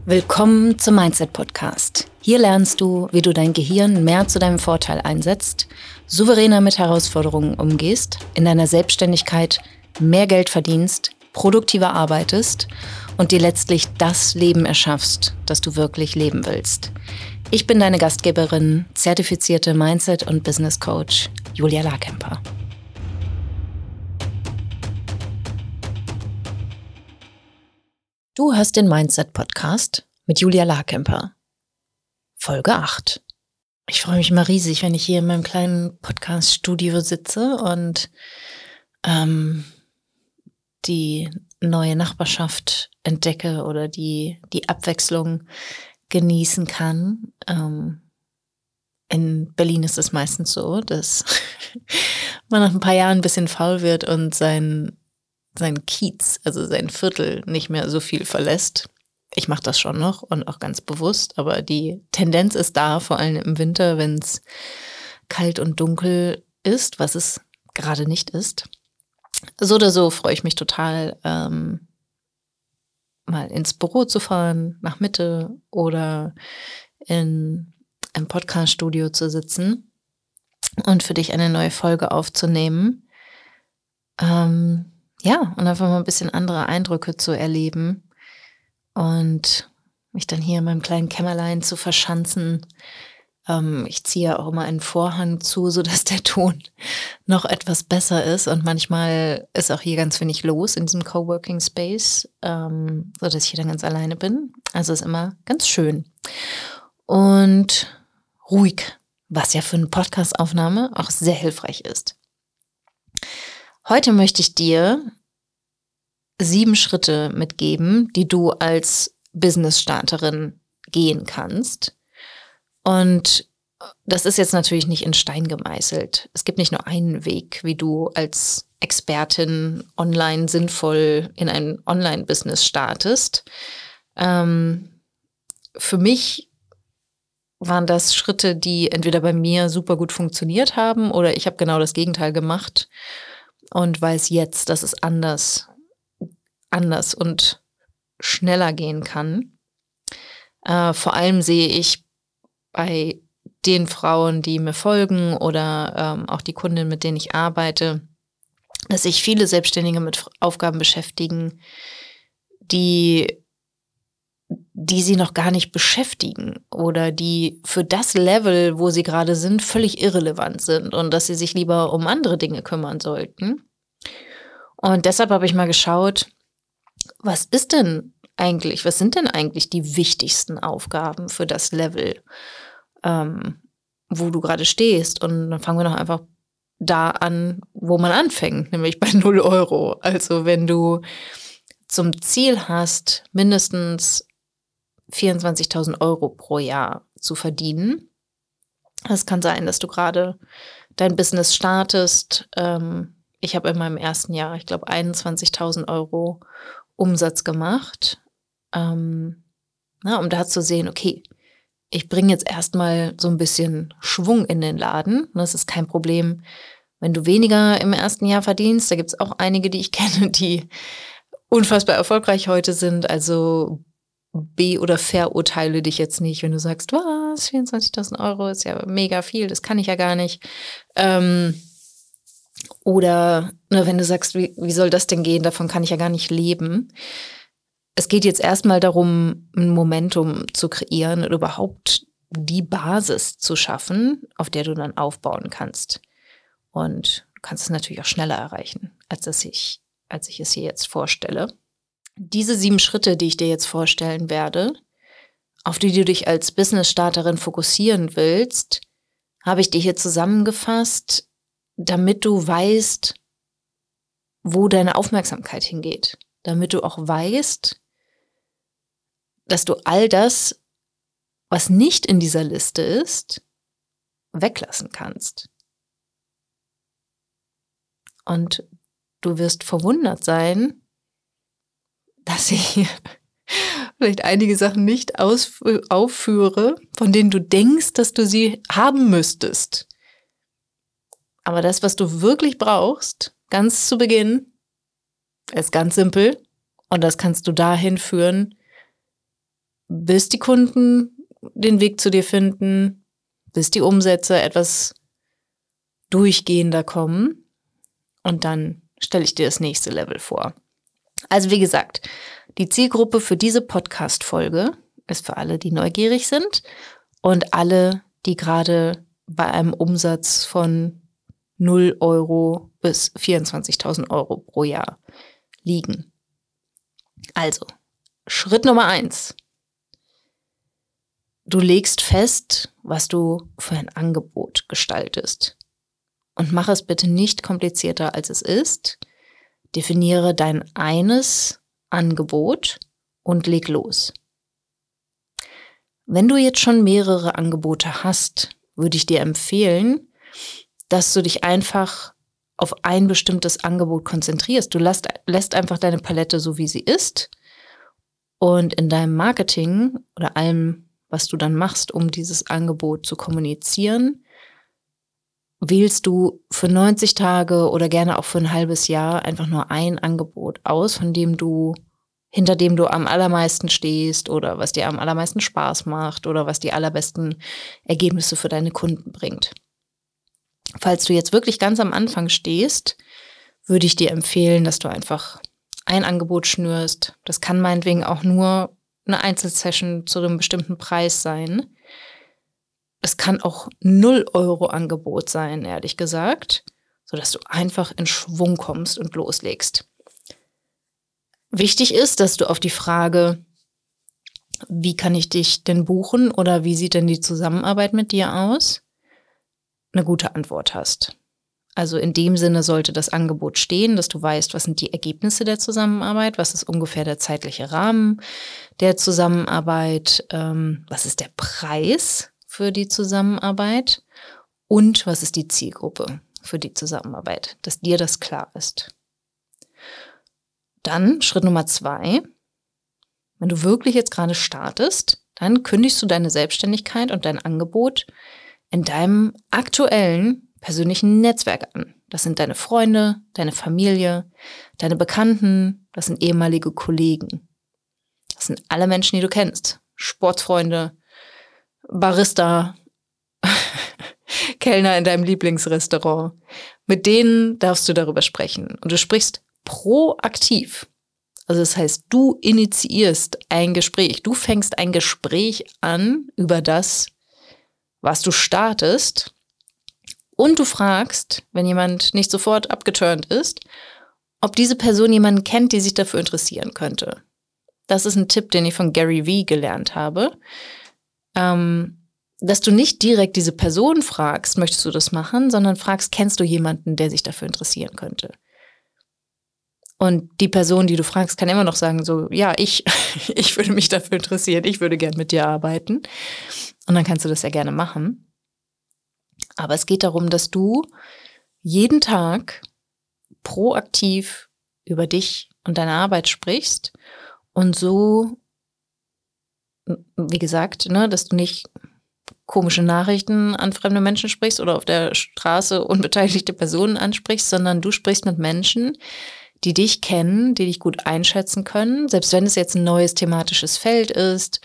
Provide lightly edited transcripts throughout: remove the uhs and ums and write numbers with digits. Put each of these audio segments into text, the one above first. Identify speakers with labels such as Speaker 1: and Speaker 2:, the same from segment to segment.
Speaker 1: Willkommen zum Mindset Podcast. Hier lernst du, wie du dein Gehirn mehr zu deinem Vorteil einsetzt, souveräner mit Herausforderungen umgehst, in deiner Selbstständigkeit mehr Geld verdienst, produktiver arbeitest und dir letztlich das Leben erschaffst, das du wirklich leben willst. Ich bin deine Gastgeberin, zertifizierte Mindset- und Business Coach Julia Larkemper. Du hörst den Mindset-Podcast mit Julia Larkemper. Folge 8. Ich freue mich immer riesig, wenn ich hier in meinem kleinen Podcast-Studio sitze und die neue Nachbarschaft entdecke oder die Abwechslung genießen kann. In Berlin ist es meistens so, dass man nach ein paar Jahren ein bisschen faul wird und sein Kiez, also sein Viertel, nicht mehr so viel verlässt. Ich mache das schon noch und auch ganz bewusst, aber die Tendenz ist da, vor allem im Winter, wenn es kalt und dunkel ist, was es gerade nicht ist. So oder so freue ich mich total, mal ins Büro zu fahren, nach Mitte oder in einem Podcast-Studio zu sitzen und für dich eine neue Folge aufzunehmen. Und einfach mal ein bisschen andere Eindrücke zu erleben und mich dann hier in meinem kleinen Kämmerlein zu verschanzen. Ich ziehe auch immer einen Vorhang zu, sodass der Ton noch etwas besser ist. Und manchmal ist auch hier ganz wenig los in diesem Coworking Space, sodass ich hier dann ganz alleine bin. Also ist immer ganz schön und ruhig, was ja für eine Podcast-Aufnahme auch sehr hilfreich ist. Heute möchte ich dir 7 Schritte mitgeben, die du als Business-Starterin gehen kannst. Und das ist jetzt natürlich nicht in Stein gemeißelt. Es gibt nicht nur einen Weg, wie du als Expertin online sinnvoll in ein Online-Business startest. Für mich waren das Schritte, die entweder bei mir super gut funktioniert haben oder ich habe genau das Gegenteil gemacht und weiß jetzt, dass es anders und schneller gehen kann. Vor allem sehe ich bei den Frauen, die mir folgen oder auch die Kundinnen, mit denen ich arbeite, dass sich viele Selbstständige mit Aufgaben beschäftigen, die sie noch gar nicht beschäftigen oder die für das Level, wo sie gerade sind, völlig irrelevant sind und dass sie sich lieber um andere Dinge kümmern sollten. Und deshalb habe ich mal geschaut, was sind denn eigentlich die wichtigsten Aufgaben für das Level, wo du gerade stehst? Und dann fangen wir doch einfach da an, wo man anfängt, nämlich bei 0 Euro. Also wenn du zum Ziel hast, mindestens 24.000 Euro pro Jahr zu verdienen. Es kann sein, dass du gerade dein Business startest. Ich habe in meinem ersten Jahr, ich glaube, 21.000 Euro Umsatz gemacht, um da zu sehen, okay, ich bringe jetzt erstmal so ein bisschen Schwung in den Laden. Das ist kein Problem, wenn du weniger im ersten Jahr verdienst. Da gibt es auch einige, die ich kenne, die unfassbar erfolgreich heute sind. Also oder verurteile dich jetzt nicht, wenn du sagst, was, 24.000 Euro ist ja mega viel, das kann ich ja gar nicht. Oder wenn du sagst, wie soll das denn gehen, davon kann ich ja gar nicht leben. Es geht jetzt erstmal darum, ein Momentum zu kreieren und überhaupt die Basis zu schaffen, auf der du dann aufbauen kannst. Und du kannst es natürlich auch schneller erreichen, als ich es hier jetzt vorstelle. Diese 7 Schritte, die ich dir jetzt vorstellen werde, auf die du dich als Business-Starterin fokussieren willst, habe ich dir hier zusammengefasst, damit du weißt, wo deine Aufmerksamkeit hingeht. Damit du auch weißt, dass du all das, was nicht in dieser Liste ist, weglassen kannst. Und du wirst verwundert sein, dass ich vielleicht einige Sachen nicht aufführe, von denen du denkst, dass du sie haben müsstest. Aber das, was du wirklich brauchst, ganz zu Beginn, ist ganz simpel und das kannst du dahin führen, bis die Kunden den Weg zu dir finden, bis die Umsätze etwas durchgehender kommen. Und dann stelle ich dir das nächste Level vor. Also wie gesagt, die Zielgruppe für diese Podcast-Folge ist für alle, die neugierig sind und alle, die gerade bei einem Umsatz von 0 Euro bis 24.000 Euro pro Jahr liegen. Also, Schritt Nummer 1. Du legst fest, was du für ein Angebot gestaltest. Und mach es bitte nicht komplizierter, als es ist. Definiere dein eines Angebot und leg los. Wenn du jetzt schon mehrere Angebote hast, würde ich dir empfehlen, dass du dich einfach auf ein bestimmtes Angebot konzentrierst. Du lässt einfach deine Palette so, wie sie ist. Und in deinem Marketing oder allem, was du dann machst, um dieses Angebot zu kommunizieren, wählst du für 90 Tage oder gerne auch für ein halbes Jahr einfach nur ein Angebot aus, hinter dem du am allermeisten stehst oder was dir am allermeisten Spaß macht oder was die allerbesten Ergebnisse für deine Kunden bringt. Falls du jetzt wirklich ganz am Anfang stehst, würde ich dir empfehlen, dass du einfach ein Angebot schnürst. Das kann meinetwegen auch nur eine Einzelsession zu einem bestimmten Preis sein. Es kann auch 0 Euro Angebot sein, ehrlich gesagt, sodass du einfach in Schwung kommst und loslegst. Wichtig ist, dass du auf die Frage, wie kann ich dich denn buchen oder wie sieht denn die Zusammenarbeit mit dir aus, eine gute Antwort hast. Also in dem Sinne sollte das Angebot stehen, dass du weißt, was sind die Ergebnisse der Zusammenarbeit, was ist ungefähr der zeitliche Rahmen der Zusammenarbeit, was ist der Preis für die Zusammenarbeit und was ist die Zielgruppe für die Zusammenarbeit, dass dir das klar ist. Dann Schritt Nummer 2, wenn du wirklich jetzt gerade startest, dann kündigst du deine Selbstständigkeit und dein Angebot in deinem aktuellen persönlichen Netzwerk an. Das sind deine Freunde, deine Familie, deine Bekannten, das sind ehemalige Kollegen. Das sind alle Menschen, die du kennst. Sportsfreunde, Barista, Kellner in deinem Lieblingsrestaurant. Mit denen darfst du darüber sprechen. Und du sprichst proaktiv. Also das heißt, du initiierst ein Gespräch. Du fängst ein Gespräch an über das, was du startest. Und du fragst, wenn jemand nicht sofort abgeturnt ist, ob diese Person jemanden kennt, die sich dafür interessieren könnte. Das ist ein Tipp, den ich von Gary Vee gelernt habe. Dass du nicht direkt diese Person fragst, möchtest du das machen, sondern fragst, kennst du jemanden, der sich dafür interessieren könnte? Und die Person, die du fragst, kann immer noch sagen, so, ja, ich würde mich dafür interessieren, ich würde gern mit dir arbeiten. Und dann kannst du das ja gerne machen. Aber es geht darum, dass du jeden Tag proaktiv über dich und deine Arbeit sprichst und so, wie gesagt, dass du nicht komische Nachrichten an fremde Menschen sprichst oder auf der Straße unbeteiligte Personen ansprichst, sondern du sprichst mit Menschen, die dich kennen, die dich gut einschätzen können, selbst wenn es jetzt ein neues thematisches Feld ist.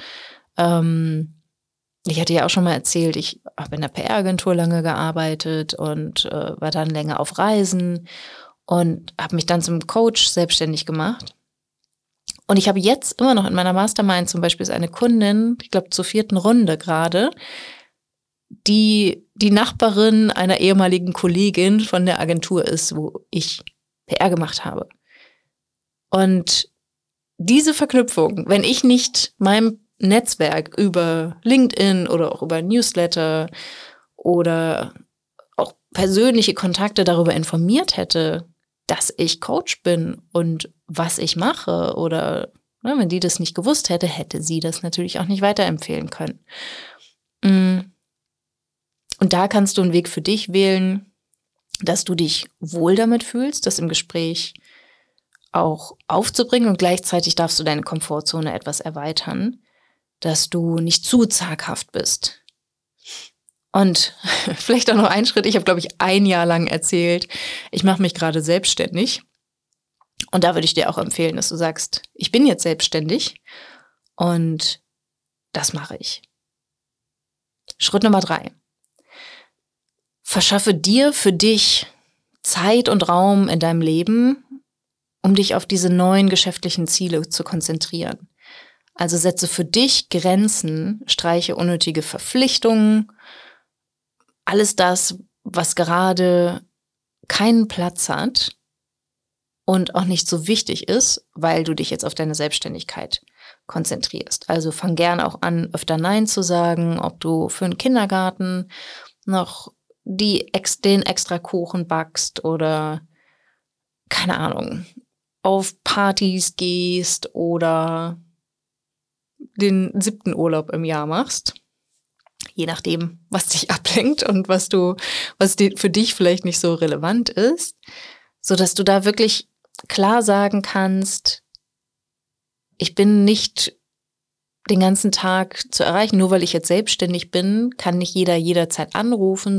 Speaker 1: Ich hatte ja auch schon mal erzählt, ich habe in der PR-Agentur lange gearbeitet und war dann länger auf Reisen und habe mich dann zum Coach selbstständig gemacht. Und ich habe jetzt immer noch in meiner Mastermind zum Beispiel ist eine Kundin, ich glaube zur 4. Runde gerade, die Nachbarin einer ehemaligen Kollegin von der Agentur ist, wo ich PR gemacht habe. Und diese Verknüpfung, wenn ich nicht meinem Netzwerk über LinkedIn oder auch über Newsletter oder auch persönliche Kontakte darüber informiert hätte, dass ich Coach bin und was ich mache oder wenn die das nicht gewusst hätte, hätte sie das natürlich auch nicht weiterempfehlen können. Und da kannst du einen Weg für dich wählen, dass du dich wohl damit fühlst, das im Gespräch auch aufzubringen und gleichzeitig darfst du deine Komfortzone etwas erweitern, dass du nicht zu zaghaft bist. Und vielleicht auch noch ein Schritt, ich habe, glaube ich, 1 Jahr lang erzählt, ich mache mich gerade selbstständig. Und da würde ich dir auch empfehlen, dass du sagst, ich bin jetzt selbstständig und das mache ich. Schritt Nummer 3. Verschaffe dir für dich Zeit und Raum in deinem Leben, um dich auf diese neuen geschäftlichen Ziele zu konzentrieren. Also setze für dich Grenzen, streiche unnötige Verpflichtungen, alles das, was gerade keinen Platz hat und auch nicht so wichtig ist, weil du dich jetzt auf deine Selbstständigkeit konzentrierst. Also fang gern auch an, öfter Nein zu sagen, ob du für einen Kindergarten noch den extra Kuchen backst oder, keine Ahnung, auf Partys gehst oder den 7. Urlaub im Jahr machst. Je nachdem, was dich ablenkt und was für dich vielleicht nicht so relevant ist, sodass du da wirklich klar sagen kannst, ich bin nicht den ganzen Tag zu erreichen, nur weil ich jetzt selbstständig bin, kann nicht jeder jederzeit anrufen,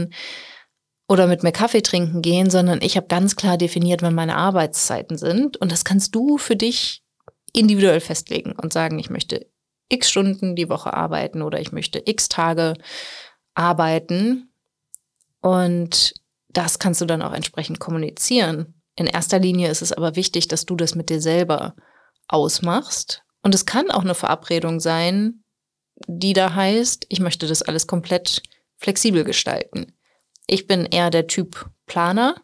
Speaker 1: oder mit mir Kaffee trinken gehen, sondern ich habe ganz klar definiert, wann meine Arbeitszeiten sind. Und das kannst du für dich individuell festlegen und sagen, ich möchte x Stunden die Woche arbeiten oder ich möchte x Tage arbeiten. Und das kannst du dann auch entsprechend kommunizieren. In erster Linie ist es aber wichtig, dass du das mit dir selber ausmachst. Und es kann auch eine Verabredung sein, die da heißt, ich möchte das alles komplett flexibel gestalten. Ich bin eher der Typ Planer.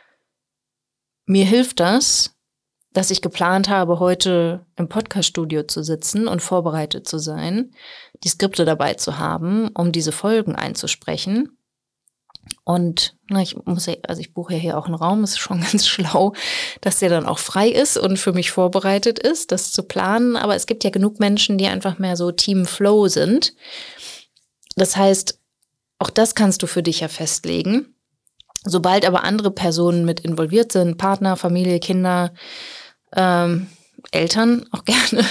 Speaker 1: Mir hilft das, dass ich geplant habe, heute im Podcast-Studio zu sitzen und vorbereitet zu sein, die Skripte dabei zu haben, um diese Folgen einzusprechen. Und ich buche ja hier auch einen Raum, ist schon ganz schlau, dass der dann auch frei ist und für mich vorbereitet ist, das zu planen. Aber es gibt ja genug Menschen, die einfach mehr so Team Flow sind. Das heißt, auch das kannst du für dich ja festlegen. Sobald aber andere Personen mit involviert sind, Partner, Familie, Kinder, Eltern auch gerne,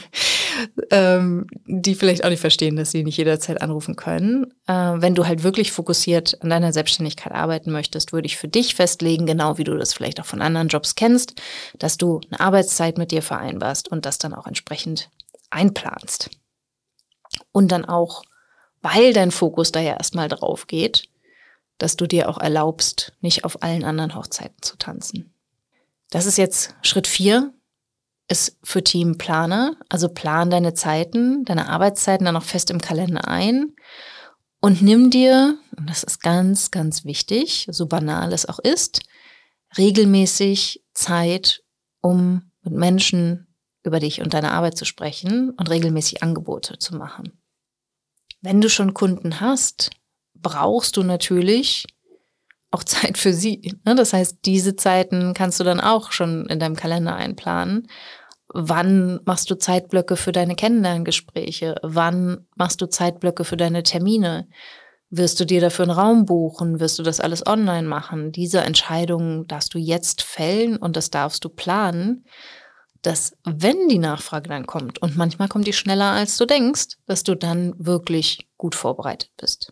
Speaker 1: die vielleicht auch nicht verstehen, dass sie nicht jederzeit anrufen können. Wenn du halt wirklich fokussiert an deiner Selbstständigkeit arbeiten möchtest, würde ich für dich festlegen, genau wie du das vielleicht auch von anderen Jobs kennst, dass du eine Arbeitszeit mit dir vereinbarst und das dann auch entsprechend einplanst. Und dann auch, weil dein Fokus da ja erstmal drauf geht, dass du dir auch erlaubst, nicht auf allen anderen Hochzeiten zu tanzen. Das ist jetzt Schritt 4, ist für Teamplaner. Also plan deine Zeiten, deine Arbeitszeiten dann auch fest im Kalender ein und nimm dir, und das ist ganz, ganz wichtig, so banal es auch ist, regelmäßig Zeit, um mit Menschen über dich und deine Arbeit zu sprechen und regelmäßig Angebote zu machen. Wenn du schon Kunden hast, brauchst du natürlich auch Zeit für sie. Das heißt, diese Zeiten kannst du dann auch schon in deinem Kalender einplanen. Wann machst du Zeitblöcke für deine Kennenlerngespräche? Wann machst du Zeitblöcke für deine Termine? Wirst du dir dafür einen Raum buchen? Wirst du das alles online machen? Diese Entscheidungen darfst du jetzt fällen und das darfst du planen, dass wenn die Nachfrage dann kommt, und manchmal kommt die schneller als du denkst, dass du dann wirklich gut vorbereitet bist.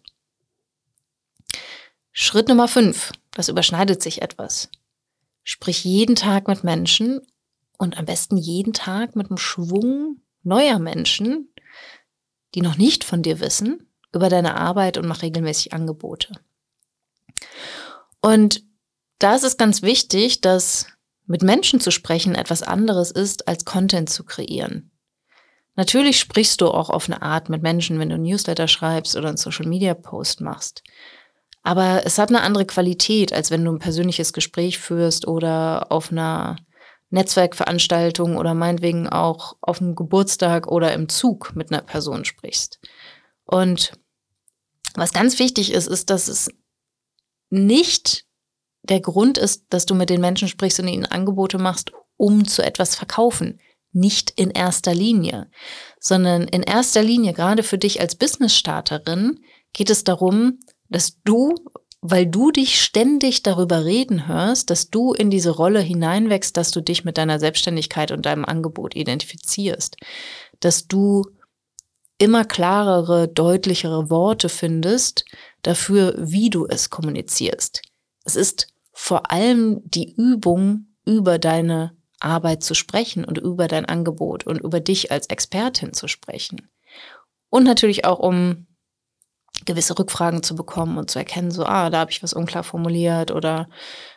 Speaker 1: Schritt Nummer 5, das überschneidet sich etwas. Sprich jeden Tag mit Menschen und am besten jeden Tag mit einem Schwung neuer Menschen, die noch nicht von dir wissen, über deine Arbeit und mach regelmäßig Angebote. Und da ist es ganz wichtig, dass mit Menschen zu sprechen etwas anderes ist, als Content zu kreieren. Natürlich sprichst du auch auf eine Art mit Menschen, wenn du ein Newsletter schreibst oder einen Social-Media-Post machst. Aber es hat eine andere Qualität, als wenn du ein persönliches Gespräch führst oder auf einer Netzwerkveranstaltung oder meinetwegen auch auf einem Geburtstag oder im Zug mit einer Person sprichst. Und was ganz wichtig ist, ist, dass es nicht der Grund ist, dass du mit den Menschen sprichst und ihnen Angebote machst, um zu etwas verkaufen. Nicht in erster Linie, sondern in erster Linie, gerade für dich als Business-Starterin, geht es darum, dass du, weil du dich ständig darüber reden hörst, dass du in diese Rolle hineinwächst, dass du dich mit deiner Selbstständigkeit und deinem Angebot identifizierst, dass du immer klarere, deutlichere Worte findest dafür, wie du es kommunizierst. Es ist vor allem die Übung, über deine Arbeit zu sprechen und über dein Angebot und über dich als Expertin zu sprechen. Und natürlich auch, um gewisse Rückfragen zu bekommen und zu erkennen, so, da habe ich was unklar formuliert oder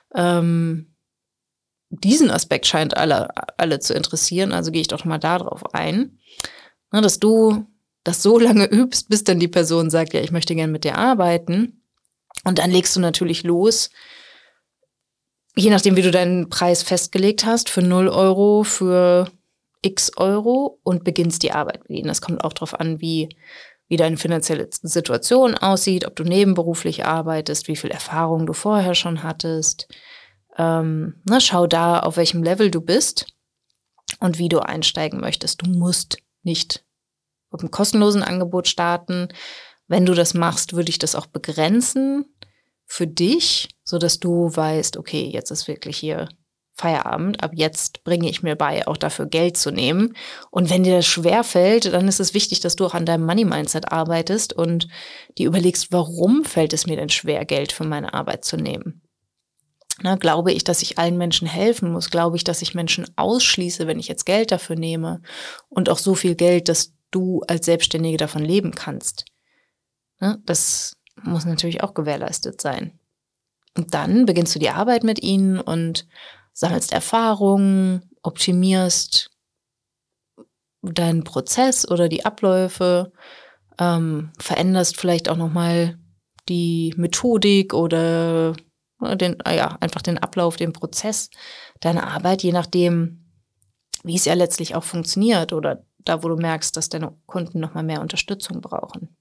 Speaker 1: diesen Aspekt scheint alle zu interessieren, also gehe ich doch mal da drauf ein. Ne, dass du das so lange übst, bis dann die Person sagt, ja, ich möchte gerne mit dir arbeiten. Und dann legst du natürlich los, je nachdem, wie du deinen Preis festgelegt hast, für 0 Euro, für x Euro und beginnst die Arbeit mit ihnen. Das kommt auch darauf an, wie deine finanzielle Situation aussieht, ob du nebenberuflich arbeitest, wie viel Erfahrung du vorher schon hattest. Schau da, auf welchem Level du bist und wie du einsteigen möchtest. Du musst nicht mit einem kostenlosen Angebot starten. Wenn du das machst, würde ich das auch begrenzen für dich, sodass du weißt, okay, jetzt ist wirklich hier Feierabend. Ab jetzt bringe ich mir bei, auch dafür Geld zu nehmen. Und wenn dir das schwerfällt, dann ist es wichtig, dass du auch an deinem Money-Mindset arbeitest und dir überlegst, warum fällt es mir denn schwer, Geld für meine Arbeit zu nehmen? Glaube ich, dass ich allen Menschen helfen muss? Glaube ich, dass ich Menschen ausschließe, wenn ich jetzt Geld dafür nehme? Und auch so viel Geld, dass du als Selbstständige davon leben kannst. Das muss natürlich auch gewährleistet sein. Und dann beginnst du die Arbeit mit ihnen und sammelst Erfahrungen, optimierst deinen Prozess oder die Abläufe, veränderst vielleicht auch nochmal die Methodik oder einfach den Ablauf, den Prozess deiner Arbeit, je nachdem, wie es ja letztlich auch funktioniert oder da, wo du merkst, dass deine Kunden nochmal mehr Unterstützung brauchen.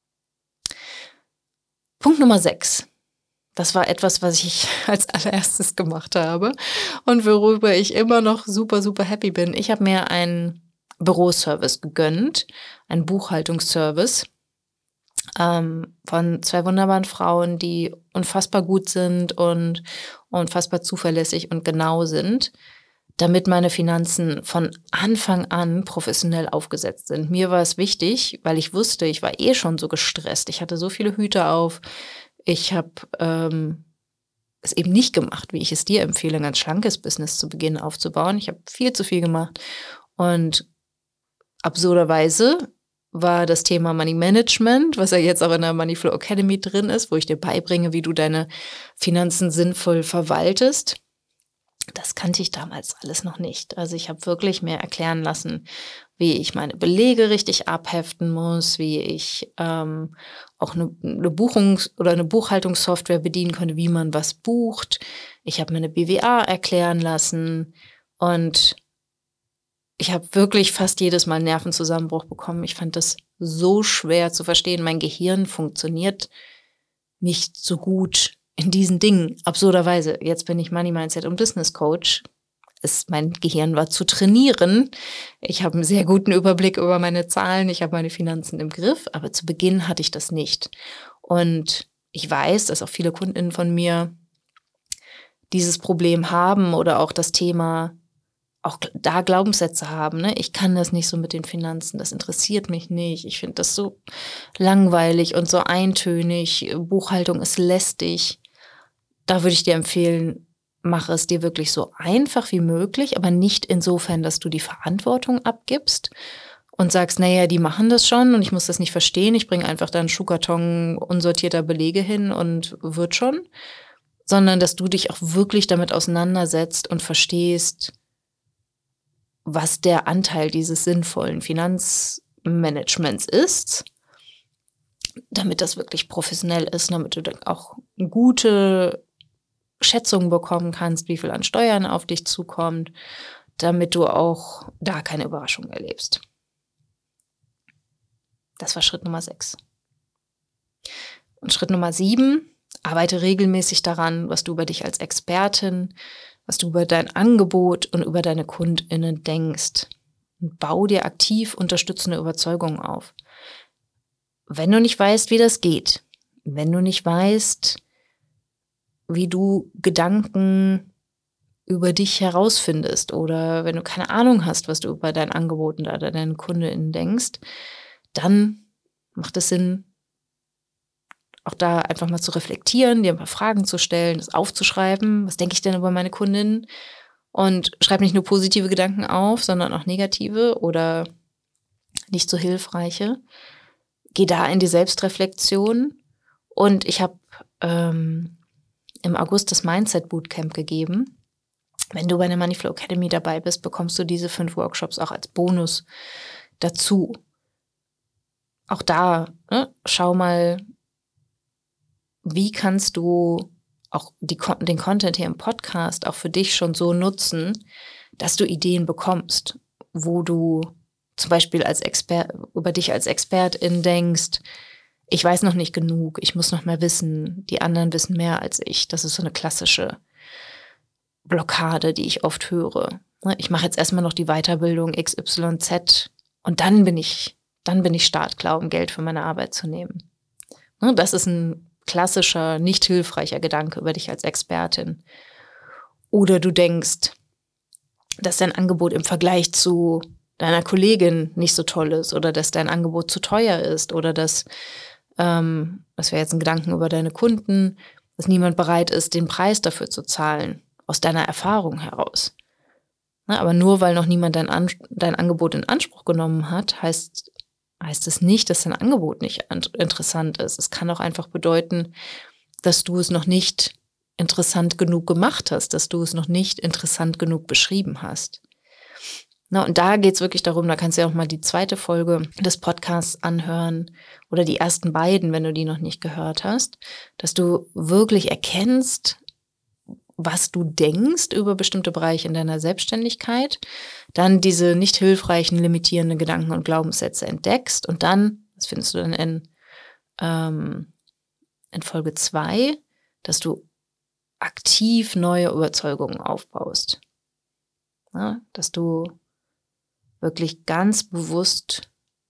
Speaker 1: Punkt Nummer 6. Das war etwas, was ich als allererstes gemacht habe und worüber ich immer noch super, super happy bin. Ich habe mir einen Büroservice gegönnt, einen Buchhaltungsservice von 2 wunderbaren Frauen, die unfassbar gut sind und unfassbar zuverlässig und genau sind, damit meine Finanzen von Anfang an professionell aufgesetzt sind. Mir war es wichtig, weil ich wusste, ich war schon so gestresst. Ich hatte so viele Hüte auf. Ich habe es eben nicht gemacht, wie ich es dir empfehle, ein ganz schlankes Business zu Beginn aufzubauen. Ich habe viel zu viel gemacht. Und absurderweise war das Thema Money Management, was ja jetzt auch in der Moneyflow Academy drin ist, wo ich dir beibringe, wie du deine Finanzen sinnvoll verwaltest. Das kannte ich damals alles noch nicht. Also ich habe wirklich mir erklären lassen, wie ich meine Belege richtig abheften muss, wie ich auch eine Buchungs- oder eine Buchhaltungssoftware bedienen konnte, wie man was bucht. Ich habe mir eine BWA erklären lassen und ich habe wirklich fast jedes Mal einen Nervenzusammenbruch bekommen. Ich fand das so schwer zu verstehen. Mein Gehirn funktioniert nicht so gut in diesen Dingen. Absurderweise. Jetzt bin ich Money Mindset und Business Coach. Mein Gehirn war zu trainieren. Ich habe einen sehr guten Überblick über meine Zahlen. Ich habe meine Finanzen im Griff. Aber zu Beginn hatte ich das nicht. Und ich weiß, dass auch viele Kundinnen von mir dieses Problem haben oder auch das Thema auch da Glaubenssätze haben, ne? Ich kann das nicht so mit den Finanzen, das interessiert mich nicht. Ich finde das so langweilig und so eintönig. Buchhaltung ist lästig. Da würde ich dir empfehlen, mach es dir wirklich so einfach wie möglich, aber nicht insofern, dass du die Verantwortung abgibst und sagst, naja, die machen das schon und ich muss das nicht verstehen. Ich bringe einfach da einen Schuhkarton unsortierter Belege hin und wird schon. Sondern, dass du dich auch wirklich damit auseinandersetzt und verstehst, was der Anteil dieses sinnvollen Finanzmanagements ist, damit das wirklich professionell ist, damit du dann auch eine gute Schätzung bekommen kannst, wie viel an Steuern auf dich zukommt, damit du auch da keine Überraschung erlebst. Das war Schritt Nummer 6. Und Schritt Nummer 7, arbeite regelmäßig daran, was du über dich als Expertin, was du über dein Angebot und über deine KundInnen denkst. Und bau dir aktiv unterstützende Überzeugungen auf. Wenn du nicht weißt, wie das geht, wenn du nicht weißt, wie du Gedanken über dich herausfindest oder wenn du keine Ahnung hast, was du über dein Angebot oder deine KundInnen denkst, dann macht es Sinn, auch da einfach mal zu reflektieren, dir ein paar Fragen zu stellen, das aufzuschreiben. Was denke ich denn über meine Kundinnen? Und schreib nicht nur positive Gedanken auf, sondern auch negative oder nicht so hilfreiche. geh da in die Selbstreflexion. Und ich habe im August das Mindset Bootcamp gegeben. Wenn du bei der Moneyflow Academy dabei bist, bekommst du diese 5 Workshops auch als Bonus dazu. Auch da, ne, schau mal, wie kannst du auch den Content hier im Podcast auch für dich schon so nutzen, dass du Ideen bekommst, wo du zum Beispiel über dich als Expertin denkst, ich weiß noch nicht genug, ich muss noch mehr wissen, die anderen wissen mehr als ich. Das ist so eine klassische Blockade, die ich oft höre. Ich mache jetzt erstmal noch die Weiterbildung XYZ und dann bin ich startklar, um Geld für meine Arbeit zu nehmen. Das ist ein klassischer, nicht hilfreicher Gedanke über dich als Expertin. Oder du denkst, dass dein Angebot im Vergleich zu deiner Kollegin nicht so toll ist oder dass dein Angebot zu teuer ist oder dass, das wäre jetzt ein Gedanken über deine Kunden, dass niemand bereit ist, den Preis dafür zu zahlen, aus deiner Erfahrung heraus. Aber nur weil noch niemand dein Angebot in Anspruch genommen hat, heißt es nicht, dass dein Angebot nicht interessant ist. Es kann auch einfach bedeuten, dass du es noch nicht interessant genug gemacht hast, dass du es noch nicht interessant genug beschrieben hast. Und da geht es wirklich darum, da kannst du ja auch mal die 2. Folge des Podcasts anhören oder die ersten beiden, wenn du die noch nicht gehört hast, dass du wirklich erkennst, was du denkst über bestimmte Bereiche in deiner Selbstständigkeit, dann diese nicht hilfreichen, limitierenden Gedanken und Glaubenssätze entdeckst und dann, das findest du dann in Folge 2, dass du aktiv neue Überzeugungen aufbaust. Ja, dass du wirklich ganz bewusst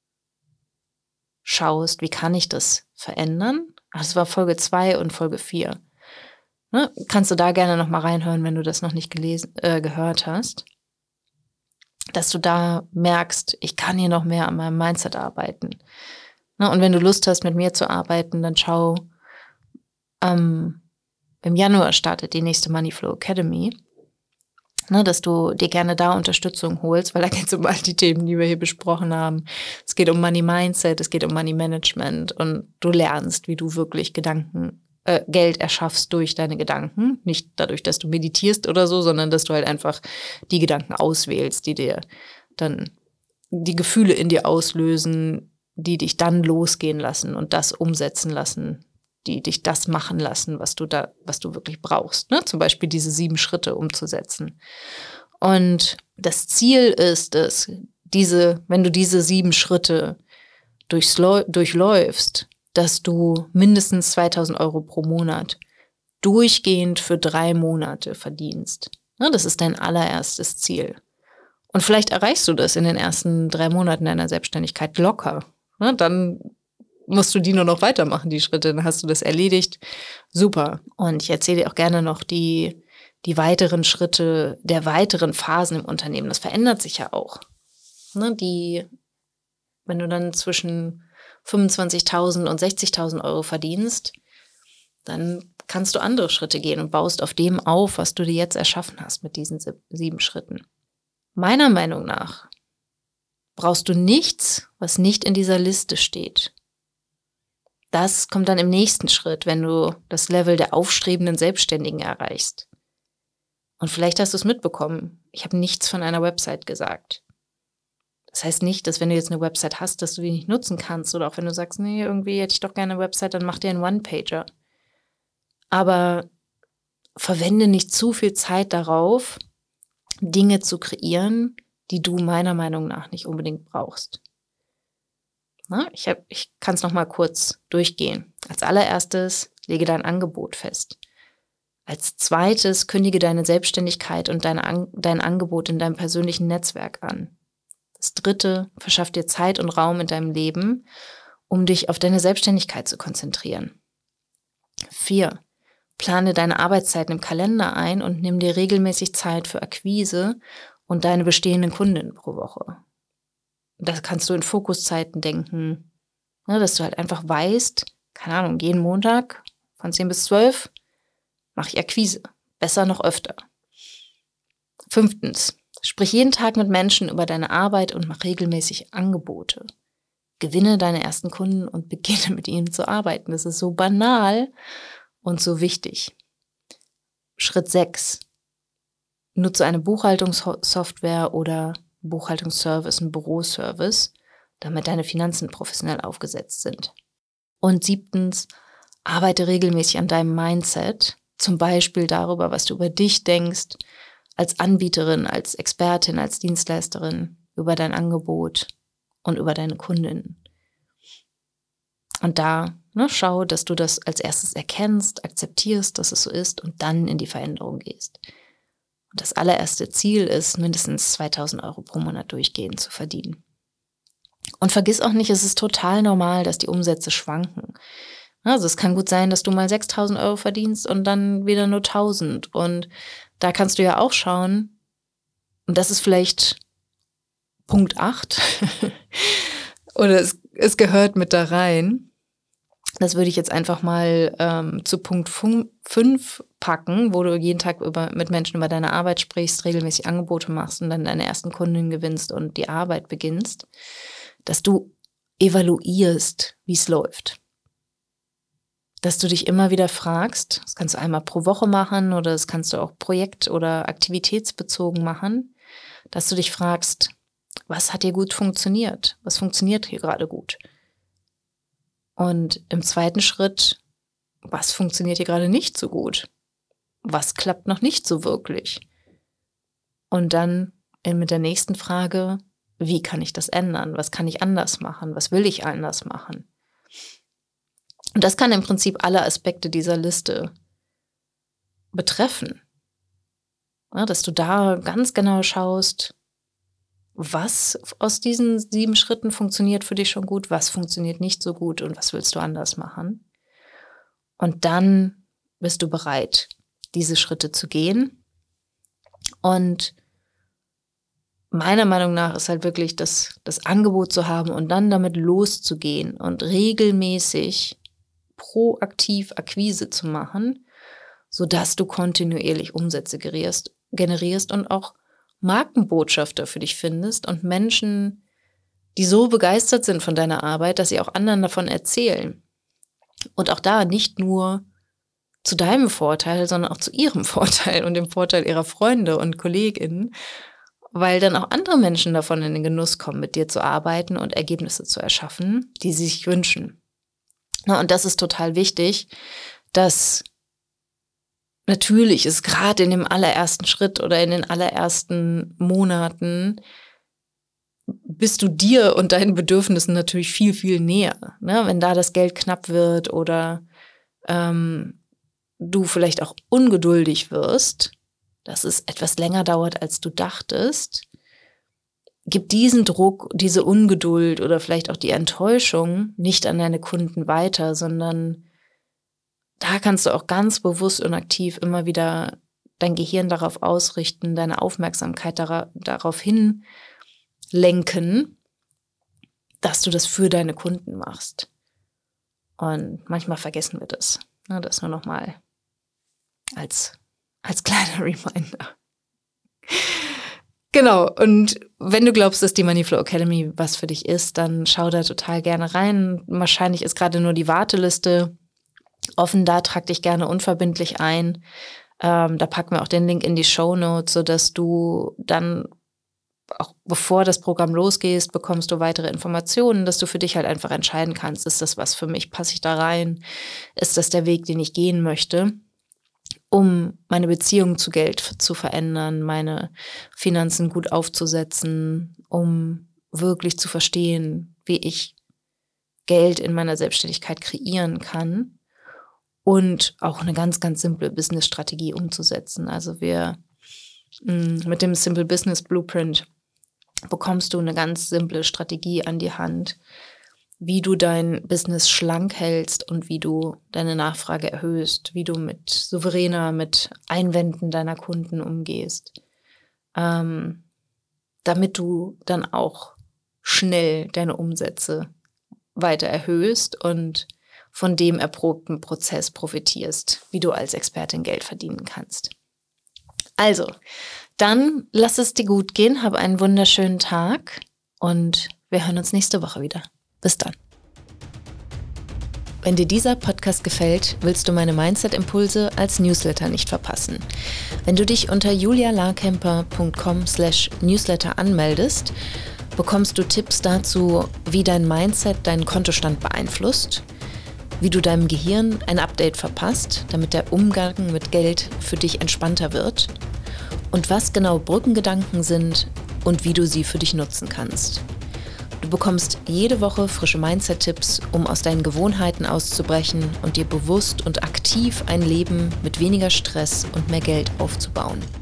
Speaker 1: schaust, wie kann ich das verändern? Das war Folge 2 und Folge 4. Ne? Kannst du da gerne nochmal reinhören, wenn du das noch nicht gehört hast. Dass du da merkst, ich kann hier noch mehr an meinem Mindset arbeiten. Ne? Und wenn du Lust hast, mit mir zu arbeiten, dann schau, im Januar startet die nächste Moneyflow Academy. Ne, dass du dir gerne da Unterstützung holst, weil da geht es um all die Themen, die wir hier besprochen haben. Es geht um Money Mindset, es geht um Money Management und du lernst, wie du wirklich Geld erschaffst durch deine Gedanken. Nicht dadurch, dass du meditierst oder so, sondern dass du halt einfach die Gedanken auswählst, die dir dann die Gefühle in dir auslösen, die dich dann losgehen lassen und das umsetzen lassen, die dich das machen lassen, was du wirklich brauchst. Ne? Zum Beispiel diese 7 Schritte umzusetzen. Und das Ziel ist es, wenn du diese 7 Schritte durchläufst, dass du mindestens 2.000 Euro pro Monat durchgehend für 3 Monate verdienst. Ne? Das ist dein allererstes Ziel. Und vielleicht erreichst du das in den ersten 3 Monaten deiner Selbstständigkeit locker. Ne? Dann musst du die nur noch weitermachen, die Schritte, dann hast du das erledigt. Super. Und ich erzähle dir auch gerne noch die weiteren Schritte der weiteren Phasen im Unternehmen. Das verändert sich ja auch. Ne, wenn du dann zwischen 25.000 und 60.000 Euro verdienst, dann kannst du andere Schritte gehen und baust auf dem auf, was du dir jetzt erschaffen hast mit diesen 7 Schritten. Meiner Meinung nach brauchst du nichts, was nicht in dieser Liste steht. Das kommt dann im nächsten Schritt, wenn du das Level der aufstrebenden Selbstständigen erreichst. Und vielleicht hast du es mitbekommen. Ich habe nichts von einer Website gesagt. Das heißt nicht, dass wenn du jetzt eine Website hast, dass du die nicht nutzen kannst. Oder auch wenn du sagst, nee, irgendwie hätte ich doch gerne eine Website, dann mach dir einen One-Pager. Aber verwende nicht zu viel Zeit darauf, Dinge zu kreieren, die du meiner Meinung nach nicht unbedingt brauchst. Ich kann es nochmal kurz durchgehen. Als allererstes, lege dein Angebot fest. Als zweites, kündige deine Selbstständigkeit und dein Angebot in deinem persönlichen Netzwerk an. Das dritte, verschaff dir Zeit und Raum in deinem Leben, um dich auf deine Selbstständigkeit zu konzentrieren. 4, plane deine Arbeitszeiten im Kalender ein und nimm dir regelmäßig Zeit für Akquise und deine bestehenden Kunden pro Woche. Da kannst du in Fokuszeiten denken, dass du halt einfach weißt, keine Ahnung, jeden Montag von 10 bis 12 mache ich Akquise. Besser noch öfter. 5, sprich jeden Tag mit Menschen über deine Arbeit und mach regelmäßig Angebote. gewinne deine ersten Kunden und beginne mit ihnen zu arbeiten. Das ist so banal und so wichtig. Schritt 6. Nutze eine Buchhaltungssoftware oder Buchhaltungsservice, einen Büroservice, damit deine Finanzen professionell aufgesetzt sind. Und 7. Arbeite regelmäßig an deinem Mindset, zum Beispiel darüber, was du über dich denkst, als Anbieterin, als Expertin, als Dienstleisterin, über dein Angebot und über deine Kundinnen. Und da schau, dass du das als erstes erkennst, akzeptierst, dass es so ist und dann in die Veränderung gehst. Und das allererste Ziel ist, mindestens 2.000 Euro pro Monat durchgehend zu verdienen. Und vergiss auch nicht, es ist total normal, dass die Umsätze schwanken. Also es kann gut sein, dass du mal 6.000 Euro verdienst und dann wieder nur 1.000. Und da kannst du ja auch schauen, und das ist vielleicht Punkt 8, oder es gehört mit da rein. Das würde ich jetzt einfach mal zu Punkt 5 packen, wo du jeden Tag mit Menschen über deine Arbeit sprichst, regelmäßig Angebote machst und dann deine ersten Kunden gewinnst und die Arbeit beginnst, dass du evaluierst, wie es läuft. Dass du dich immer wieder fragst, das kannst du einmal pro Woche machen oder das kannst du auch projekt- oder aktivitätsbezogen machen, dass du dich fragst, was hat hier gut funktioniert? Was funktioniert hier gerade gut? Und im zweiten Schritt, was funktioniert hier gerade nicht so gut? Was klappt noch nicht so wirklich? Und dann mit der nächsten Frage, wie kann ich das ändern? Was kann ich anders machen? Was will ich anders machen? Und das kann im Prinzip alle Aspekte dieser Liste betreffen. Ja, dass du da ganz genau schaust, was aus diesen 7 Schritten funktioniert für dich schon gut, was funktioniert nicht so gut und was willst du anders machen. Und dann bist du bereit, diese Schritte zu gehen. Und meiner Meinung nach ist halt wirklich das Angebot zu haben und dann damit loszugehen und regelmäßig proaktiv Akquise zu machen, sodass du kontinuierlich Umsätze generierst und auch Markenbotschafter für dich findest und Menschen, die so begeistert sind von deiner Arbeit, dass sie auch anderen davon erzählen. Und auch da nicht nur zu deinem Vorteil, sondern auch zu ihrem Vorteil und dem Vorteil ihrer Freunde und KollegInnen, weil dann auch andere Menschen davon in den Genuss kommen, mit dir zu arbeiten und Ergebnisse zu erschaffen, die sie sich wünschen. Und das ist total wichtig, dass natürlich ist gerade in dem allerersten Schritt oder in den allerersten Monaten bist du dir und deinen Bedürfnissen natürlich viel, viel näher. Ne? Wenn da das Geld knapp wird oder du vielleicht auch ungeduldig wirst, dass es etwas länger dauert, als du dachtest, gib diesen Druck, diese Ungeduld oder vielleicht auch die Enttäuschung nicht an deine Kunden weiter, sondern da kannst du auch ganz bewusst und aktiv immer wieder dein Gehirn darauf ausrichten, deine Aufmerksamkeit darauf hinlenken, dass du das für deine Kunden machst. Und manchmal vergessen wir das. Das nur noch mal als kleiner Reminder. Genau, und wenn du glaubst, dass die Moneyflow Academy was für dich ist, dann schau da total gerne rein. Wahrscheinlich ist gerade nur die Warteliste offen, da trag dich gerne unverbindlich ein. Da packen wir auch den Link in die Shownotes, sodass du dann, auch bevor das Programm losgeht, bekommst du weitere Informationen, dass du für dich halt einfach entscheiden kannst, ist das was für mich, passe ich da rein, ist das der Weg, den ich gehen möchte, um meine Beziehung zu Geld zu verändern, meine Finanzen gut aufzusetzen, um wirklich zu verstehen, wie ich Geld in meiner Selbstständigkeit kreieren kann und auch eine ganz, ganz simple Business-Strategie umzusetzen. Also mit dem Simple Business Blueprint bekommst du eine ganz simple Strategie an die Hand, wie du dein Business schlank hältst und wie du deine Nachfrage erhöhst, wie du mit Einwänden deiner Kunden umgehst, damit du dann auch schnell deine Umsätze weiter erhöhst und von dem erprobten Prozess profitierst, wie du als Expertin Geld verdienen kannst. Also, dann lass es dir gut gehen, hab einen wunderschönen Tag und wir hören uns nächste Woche wieder. Bis dann. Wenn dir dieser Podcast gefällt, willst du meine Mindset-Impulse als Newsletter nicht verpassen. Wenn du dich unter julialarkemper.com/newsletter anmeldest, bekommst du Tipps dazu, wie dein Mindset deinen Kontostand beeinflusst, wie du deinem Gehirn ein Update verpasst, damit der Umgang mit Geld für dich entspannter wird und was genau Brückengedanken sind und wie du sie für dich nutzen kannst. Du bekommst jede Woche frische Mindset-Tipps, um aus deinen Gewohnheiten auszubrechen und dir bewusst und aktiv ein Leben mit weniger Stress und mehr Geld aufzubauen.